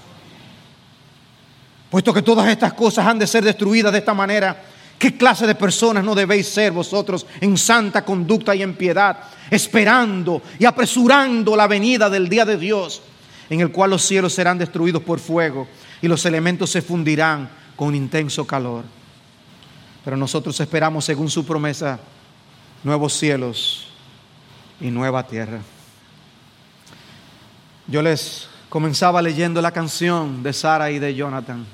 Puesto que todas estas cosas han de ser destruidas de esta manera, ¿qué clase de personas no debéis ser vosotros en santa conducta y en piedad, esperando y apresurando la venida del día de Dios, en el cual los cielos serán destruidos por fuego y los elementos se fundirán con intenso calor? Pero nosotros esperamos, según su promesa, nuevos cielos y nueva tierra. Yo les comenzaba leyendo la canción de Sara y de Jonathan.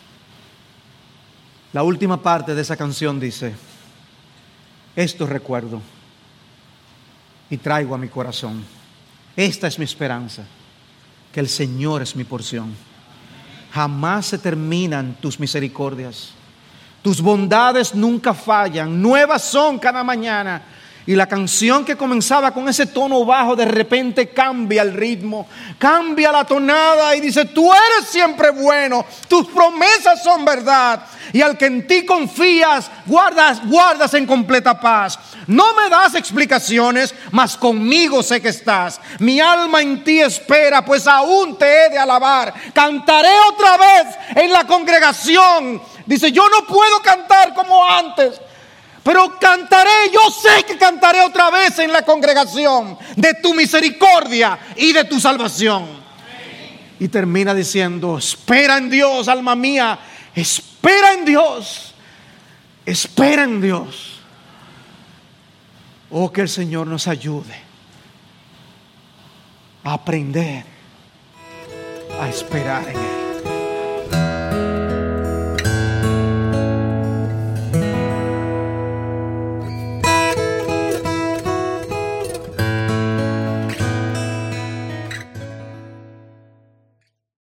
La última parte de esa canción dice: esto recuerdo y traigo a mi corazón. Esta es mi esperanza, que el Señor es mi porción. Jamás se terminan tus misericordias. Tus bondades nunca fallan. Nuevas son cada mañana. Y la canción que comenzaba con ese tono bajo, de repente cambia el ritmo, cambia la tonada y dice: tú eres siempre bueno, tus promesas son verdad, y al que en ti confías, guardas en completa paz. No me das explicaciones, mas conmigo sé que estás. Mi alma en ti espera, pues aún te he de alabar. Cantaré otra vez en la congregación. Dice: yo no puedo cantar como antes, pero cantaré, yo sé que cantaré otra vez en la congregación de tu misericordia y de tu salvación. Amén. Y termina diciendo: espera en Dios, alma mía, espera en Dios, espera en Dios. Oh, que el Señor nos ayude a aprender a esperar en Él.